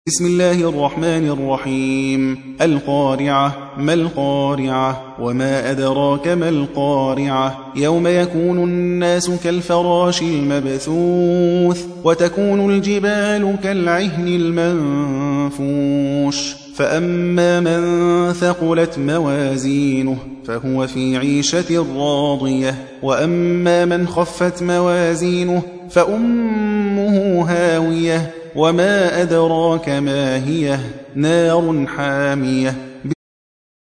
بسم الله الرحمن الرحيم القارعة ما القارعة وما أدراك ما القارعة يوم يكون الناس كالفراش المبثوث وتكون الجبال كالعهن المنفوش فأما من ثقلت موازينه فهو في عيشة راضية وأما من خفت موازينه فأمه هاوية وما أدراك ما هي نار حامية